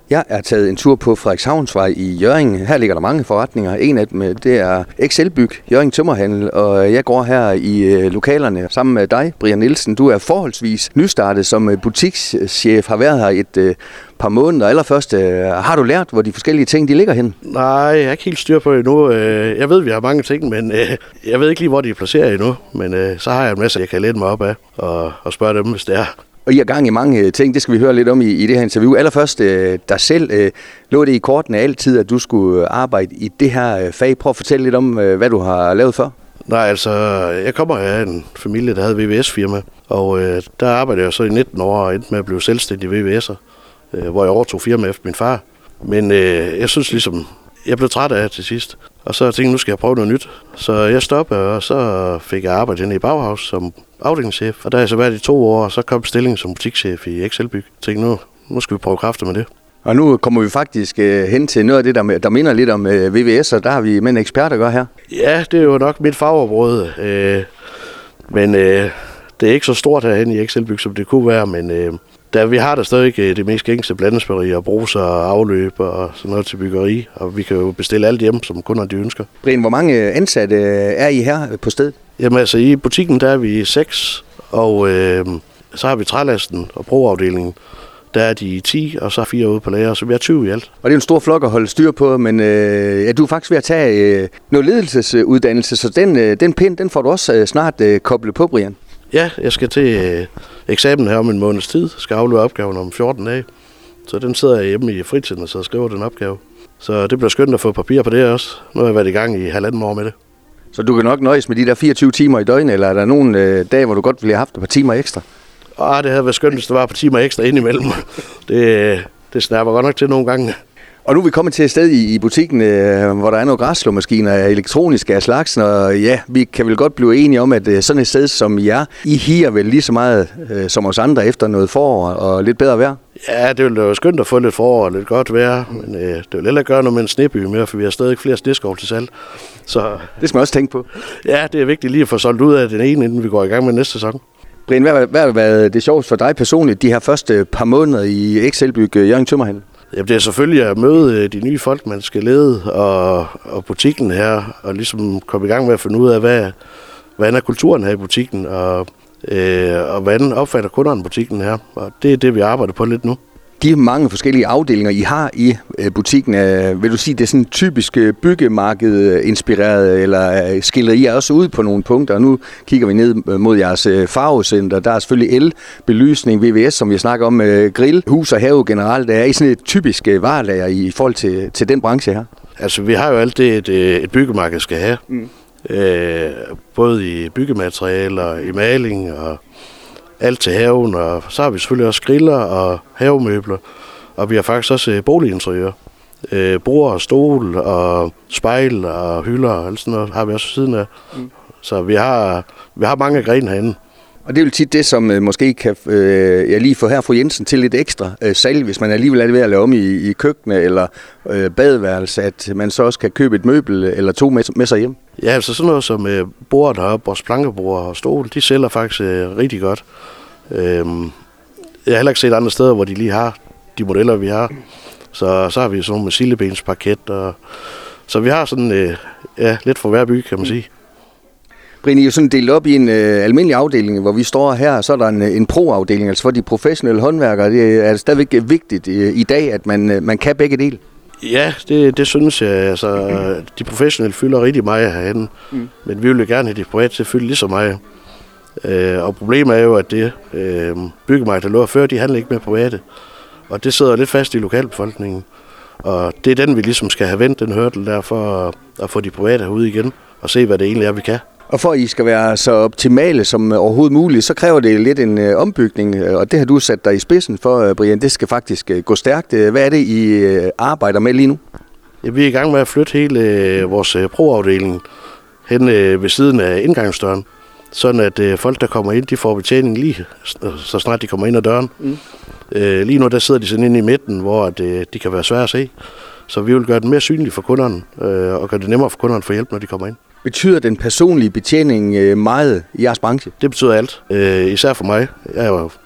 Jeg er taget en tur på Frederikshavnsvej i Hjørring. Her ligger der mange forretninger. En af dem, det er XL-Byg, Hjørring Tømmerhandel, og jeg går her i lokalerne sammen med dig, Brian Nielsen. Du er forholdsvis nystartet som butikschef, har været her et par måneder. Allerførst, har du lært, hvor de forskellige ting de ligger hen? Nej, jeg er ikke helt styr på det endnu. Jeg ved, vi har mange ting, men jeg ved ikke lige, hvor de er placeret endnu. Men så har jeg en masse, jeg kan læne mig op af og spørge dem, hvis det er. Og I er gang i mange ting, det skal vi høre lidt om i det her interview. Allerførst dig selv. Lå det i kortene altid, at du skulle arbejde i det her fag? Prøv at fortælle lidt om, hvad du har lavet før. Nej, altså, jeg kommer af en familie, der havde VVS-firma, og der arbejdede jeg så i 19 år og endte med at blive selvstændig VVS'er, hvor jeg overtog firma efter min far. Men jeg synes ligesom, jeg blev træt af det til sidst, og så tænkte jeg, nu skal jeg prøve noget nyt. Så jeg stoppede, og så fik jeg arbejde inde i Bauhaus som afdelingschef, og der har jeg så været i 2 år, og så kom stillingen som butikschef i XL-Byg. Jeg tænkte, nu skal vi prøve kræfter med det. Og nu kommer vi faktisk hen til noget af det, der minder lidt om VVS, og der har vi med en ekspert at gøre her. Ja, det er jo nok mit fagområde, men det er ikke så stort herhen i XL-Byg, som det kunne være, men vi har der stadig det mest gængse blandingsbyggeri og bruser og afløb og sådan noget til byggeri, og vi kan jo bestille alt hjem, som kunderne de ønsker. Brian, hvor mange ansatte er I her på stedet? Jamen altså, i butikken der er vi 6, og så har vi trælasten og broafdelingen. Der er de 10, og så 4 ude på lager, så vi er 20 i alt. Og det er en stor flok at holde styr på, men du er faktisk ved at tage noget ledelsesuddannelse, så den pind, den får du også snart koblet på, Brian. Ja, jeg skal til eksamen her om en måneds tid. Jeg skal aflevere opgaven om 14 dage. Så den sidder jeg hjemme i fritiden og så skriver den opgave. Så det bliver skønt at få papir på det også. Nu har jeg været i gang i 1,5 år med det. Så du kan nok nøjes med de der 24 timer i døgnet, eller er der nogle dage, hvor du godt ville have haft et par timer ekstra? Det havde været skønt, hvis der var et par timer ekstra indimellem. Det snapper godt nok til nogle gange. Og nu er vi kommet til et sted i butikken, hvor der er nogle græsslåmaskiner elektroniske af slagsen, og ja, vi kan vel godt blive enige om, at sådan et sted som I er, I higer vel lige så meget som os andre efter noget forår og lidt bedre vejr? Ja, det ville være skønt at få lidt forår og lidt godt vejr, men det vil heller gøre noget med en sneby mere, for vi har stadig flere sneskov til salg. Så det skal man også tænke på. Ja, det er vigtigt lige at få solgt ud af den ene, inden vi går i gang med næste sæson. Brian, hvad har været det sjoveste for dig personligt de her første par måneder i XL-Byg Hjørring Tømmerhandel? Jamen, det er selvfølgelig at møde de nye folk, man skal lede, og butikken her, og ligesom komme i gang med at finde ud af, hvad er kulturen her i butikken, og hvordan opfatter kunderne butikken her. Og det er det, vi arbejder på lidt nu. De mange forskellige afdelinger, I har i butikken, vil du sige, det er sådan typisk byggemarked-inspireret, eller skiller I også ud på nogle punkter? Nu kigger vi ned mod jeres farvecenter. Der er selvfølgelig el-belysning, VVS, som vi snakker om, grill, hus og have generelt. Er I sådan et typisk varelager i forhold til den branche her? Altså, vi har jo alt det, et byggemarked skal have. Både i byggematerialer, i maling og alt til haven, og så har vi selvfølgelig også griller og havemøbler, og vi har faktisk også boliginteriør. Bord og stol og spejl og hylder og alt sådan noget har vi også siden af. Så vi har mange grene herinde. Og det er jo tit det, som måske kan lige få her fru Jensen til lidt ekstra salg, hvis man alligevel er ved at lave om i køkkenet eller badeværelse, at man så også kan købe et møbel eller 2 med sig hjem. Ja, altså sådan noget som bordet heroppe, vores plankebord og stol, de sælger faktisk rigtig godt. Jeg har heller ikke set andre steder, hvor de lige har de modeller, vi har. Så har vi sådan nogle med sildebensparket, så vi har sådan lidt for hver by, kan man sige. Brian, I er jo sådan delt op i en almindelig afdeling, hvor vi står her, så er der en pro-afdeling, altså for de professionelle håndværkere. Det er stadigvæk vigtigt i dag, at man kan begge dele. Ja, det synes jeg. Altså, de professionelle fylder rigtig meget herinde, men vi vil jo gerne have de private til at fylde lige så meget. Og problemet er jo, at det byggemarked, der lå før, de handler ikke med private. Og det sidder lidt fast i lokalbefolkningen. Og det er den, vi ligesom skal have vendt, den hørtel der, for at få de private herude igen, og se, hvad det egentlig er, vi kan. Og for at I skal være så optimale som overhovedet muligt, så kræver det lidt en ombygning, og det har du sat dig i spidsen for, Brian. Det skal faktisk gå stærkt. Hvad er det, I arbejder med lige nu? Ja, vi er i gang med at flytte hele vores pro-afdeling hen ved siden af indgangsdøren, sådan at folk, der kommer ind, de får betjening lige så snart de kommer ind ad døren. Lige nu der sidder de sådan inde i midten, hvor de kan være svære at se. Så vi vil gøre det mere synligt for kunderne, og gøre det nemmere for kunderne at få hjælp, når de kommer ind. Betyder den personlige betjening meget i jeres branche? Det betyder alt. Især for mig. Jeg er jo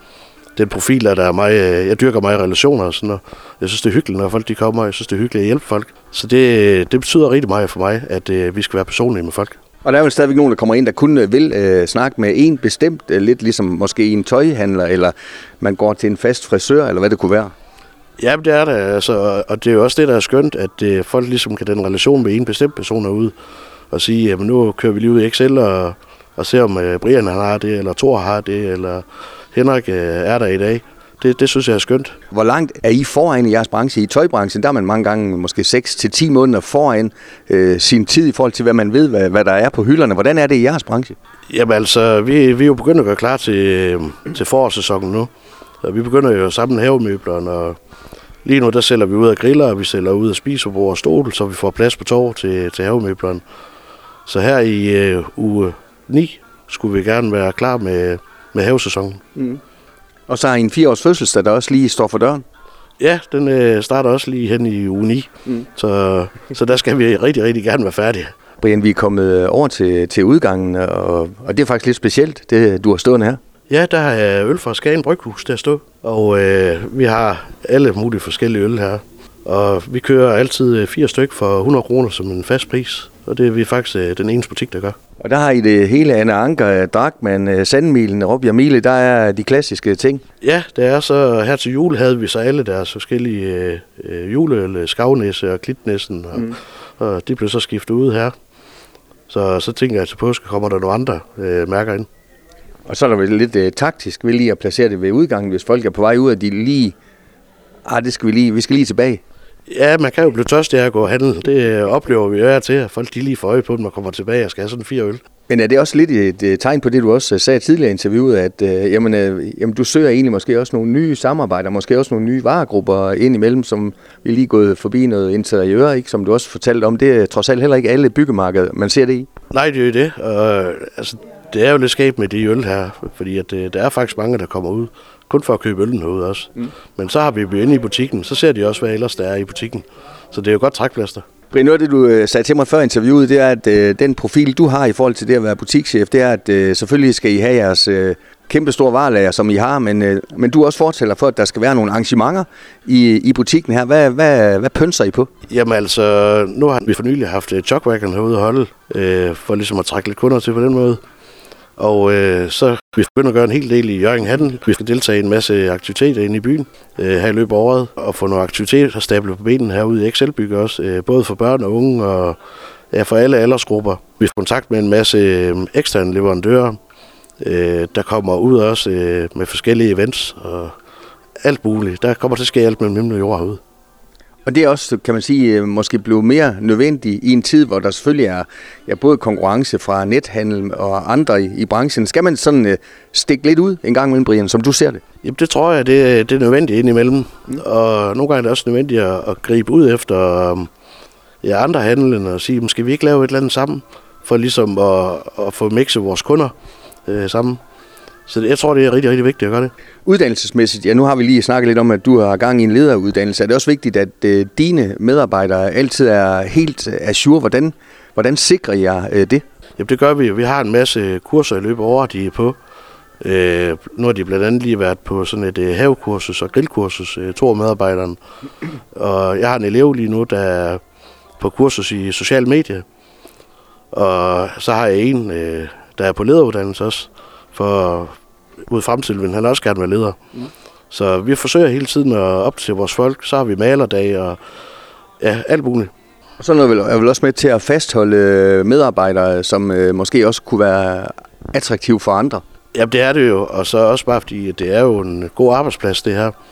den profil, der er meget, jeg dyrker meget relationer og sådan noget. Jeg synes, det er hyggeligt, når folk de kommer, og jeg synes, det er hyggeligt at hjælpe folk. Så det betyder rigtig meget for mig, at vi skal være personlige med folk. Og der er jo stadigvæk nogen, der kommer ind, der kun vil snakke med en bestemt, lidt ligesom måske en tøjhandler, eller man går til en fast frisør, eller hvad det kunne være. Ja, det er det, altså, og det er jo også det, der er skønt, at folk ligesom kan den relation med en bestemt person ud og sige, jamen nu kører vi lige ud i Excel og ser om Brian han har det, eller Thor har det, eller Henrik er der i dag. Det synes jeg er skønt. Hvor langt er I foran i jeres branche? I tøjbranchen, der er man mange gange måske 6-10 måneder foran sin tid i forhold til, hvad man ved, hvad der er på hylderne. Hvordan er det i jeres branche? Jamen altså, vi er jo begyndt at gøre klar til forårssæsonen nu. Og vi begynder jo at samle havemøblerne, og lige nu der sælger vi ud af griller, og vi sælger ud af spisebord og stol, så vi får plads på torv til havemøblerne. Så her i uge 9 skulle vi gerne være klar med havesæsonen. Mm. Og så har I en 4-års fødselsdag, der også lige står for døren? Ja, den starter også lige hen i uge 9, så der skal vi rigtig, rigtig gerne være færdige. Brian, vi er kommet over til udgangen, og det er faktisk lidt specielt, det du har stående her. Ja, der er øl fra Skagen Bryghus, der står, og vi har alle mulige forskellige øl her. Og vi kører altid 4 styk for 100 kroner som en fast pris, og det er vi faktisk den eneste butik, der gør. Og der har I det hele, Anna Anker, Drachmann, Sandmilen, Robbjerg Mile, der er de klassiske ting. Ja, det er så her til jul havde vi så alle deres forskellige juleøl, Skavnæse og Klitnæsen, og de blev så skiftet ud her. Så tænker jeg, at til påske kommer der nogle andre mærker ind. Og så er der vel lidt taktisk ved lige at placere det ved udgangen, hvis folk er på vej ud, at de lige... vi skal lige tilbage. Ja, man kan jo blive tørstig af at gå og handle. Det oplever vi jo til, at folk de lige får øje på, når man kommer tilbage og skal have sådan 4 øl. Men er det også lidt et tegn på det, du også sagde tidligere i interviewet, at jamen, du søger egentlig måske også nogle nye samarbejder, måske også nogle nye varegrupper ind imellem, som vi lige gået forbi noget interiør, ikke? Som du også fortalte om. Det er trods alt heller ikke alle byggemarkeder, man ser det i. Nej, det er jo det. Altså, det er jo lidt skæbt med de øl her, fordi at, der er faktisk mange, der kommer ud. Kun for at købe øllen herude også. Men så har vi dem inde i butikken, så ser de også, hvad ellers der er i butikken. Så det er jo godt trækplaster. Brian, noget af det, du sagde til mig før interviewet, det er, at den profil, du har i forhold til det at være butikschef, det er, at selvfølgelig skal I have jeres kæmpe store varelager, som I har, men du også fortæller for, at der skal være nogle arrangementer i butikken her. Hvad pønser I på? Jamen altså, nu har vi for nylig haft Chokwagon herude at holde, for ligesom at trække lidt kunder til på den måde. Og så vi begynder at gøre en hel del i Hjørring Handel. Vi skal deltage i en masse aktiviteter inde i byen her i løbet af året, og få nogle aktiviteter stablet på benen herude i Excelbygge også, både for børn og unge og for alle aldersgrupper. Vi får kontakt med en masse eksterne leverandører, der kommer ud også med forskellige events og alt muligt. Der kommer til at ske alt mellem himmel og jord herude. Og det er også, kan man sige, måske blevet mere nødvendigt i en tid, hvor der selvfølgelig er både konkurrence fra nethandel og andre i branchen. Skal man sådan stikke lidt ud en gang imellem, Brian, som du ser det? Jamen det tror jeg, det er nødvendigt indimellem. Og nogle gange er det også nødvendigt at gribe ud efter andre handlende og sige, skal vi ikke lave et eller andet sammen, for ligesom at få mixet vores kunder sammen. Så jeg tror, det er rigtig, rigtig vigtigt at gøre det. Uddannelsesmæssigt, ja, nu har vi lige snakket lidt om, at du har gang i en lederuddannelse. Er det også vigtigt, at dine medarbejdere altid er helt ajour? Hvordan sikrer jeg det? Jamen det gør vi. Vi har en masse kurser i løbet af året, de er på. Nu har de blandt andet lige været på sådan et havekursus og grillkursus, 2 medarbejderne. Og jeg har en elev lige nu, der er på kursus i social medie. Og så har jeg en, der er på lederuddannelse også. For ud fremtiden vil han også gerne være leder. Så vi forsøger hele tiden at op til vores folk. Så har vi malerdag og alt muligt. Og så noget er vel også med til at fastholde medarbejdere, som måske også kunne være attraktive for andre. Ja, det er det jo. Og så også bare fordi, det er jo en god arbejdsplads, det her.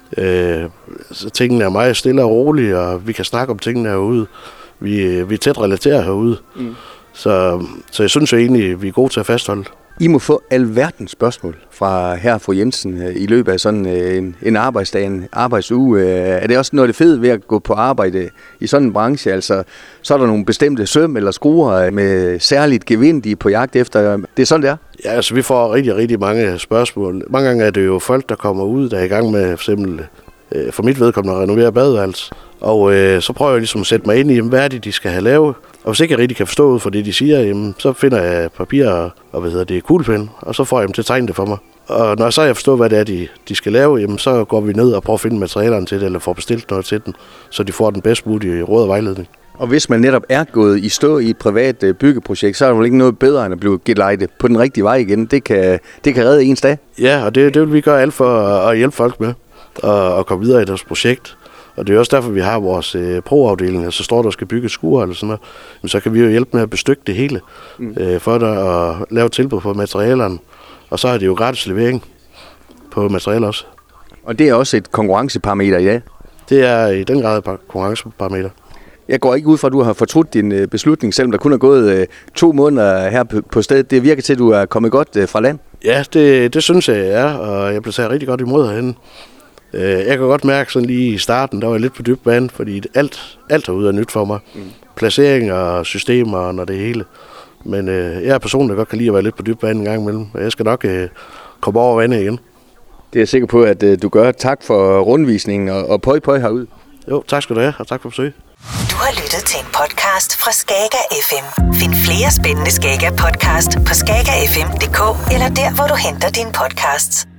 Så tingene er meget stille og rolige, og vi kan snakke om tingene herude. Vi er tæt relateret herude. Så jeg synes jo egentlig, vi er gode til at fastholde. I må få alverdens spørgsmål fra herre og fru Jensen i løbet af sådan en arbejdsdag, en arbejdsuge. Er det også noget det fede ved at gå på arbejde i sådan en branche? Altså, så er der nogle bestemte søm eller skruer med særligt gevind, de er på jagt efter. Det er sådan, det er? Ja, altså vi får rigtig, rigtig mange spørgsmål. Mange gange er det jo folk, der kommer ud, der er i gang med for eksempel, for mit vedkommende at renovere badeværelse. Og så prøver jeg ligesom at sætte mig ind i, hvad er det, de skal have lavet. Og hvis ikke jeg rigtig kan forstå ud for det, de siger, jamen, så finder jeg papir og kuglepen, og så får jeg dem til at tegne det for mig. Og når så jeg forstår, hvad det er, de skal lave, jamen, så går vi ned og prøver at finde materialerne til det, eller får bestilt noget til den, så de får den bedst mulige råd og vejledning. Og hvis man netop er gået i stå i et privat byggeprojekt, så er der vel ikke noget bedre end at blive gelejtet på den rigtige vej igen. Det kan redde ens dag. Ja, og det vil vi gøre alt for at hjælpe folk med og komme videre i deres projekt. Og det er også derfor, vi har vores pro-afdeling, så står der skal bygge et skur eller sådan noget. Men så kan vi jo hjælpe med at bestykke det hele for dig og lave tilbud på materialerne. Og så er det jo gratis levering på materialer også. Og det er også et konkurrenceparameter i dag? Det er i den grad et konkurrenceparameter. Jeg går ikke ud fra, at du har fortrudt din beslutning, selvom der kun er gået 2 måneder her på stedet. Det virker til, at du er kommet godt fra land. Ja, det synes jeg er, og jeg blev taget rigtig godt imod herhenne. Jeg kan godt mærke sådan lige i starten, der var jeg lidt på dyb vand, fordi alt herude er nyt for mig. Placering og systemer og det hele. Men jeg er personen, der godt kan lide at være lidt på dyb vand en gang imellem. Jeg skal nok komme over vandet igen. Det er jeg sikker på, at du gør. Tak for rundvisningen og pøj herude. Jo, tak skal du have, og tak for besøg. Du har lyttet til en podcast fra Skager FM. Find flere spændende Skager podcast på skagerfm.dk eller der, hvor du henter dine podcasts.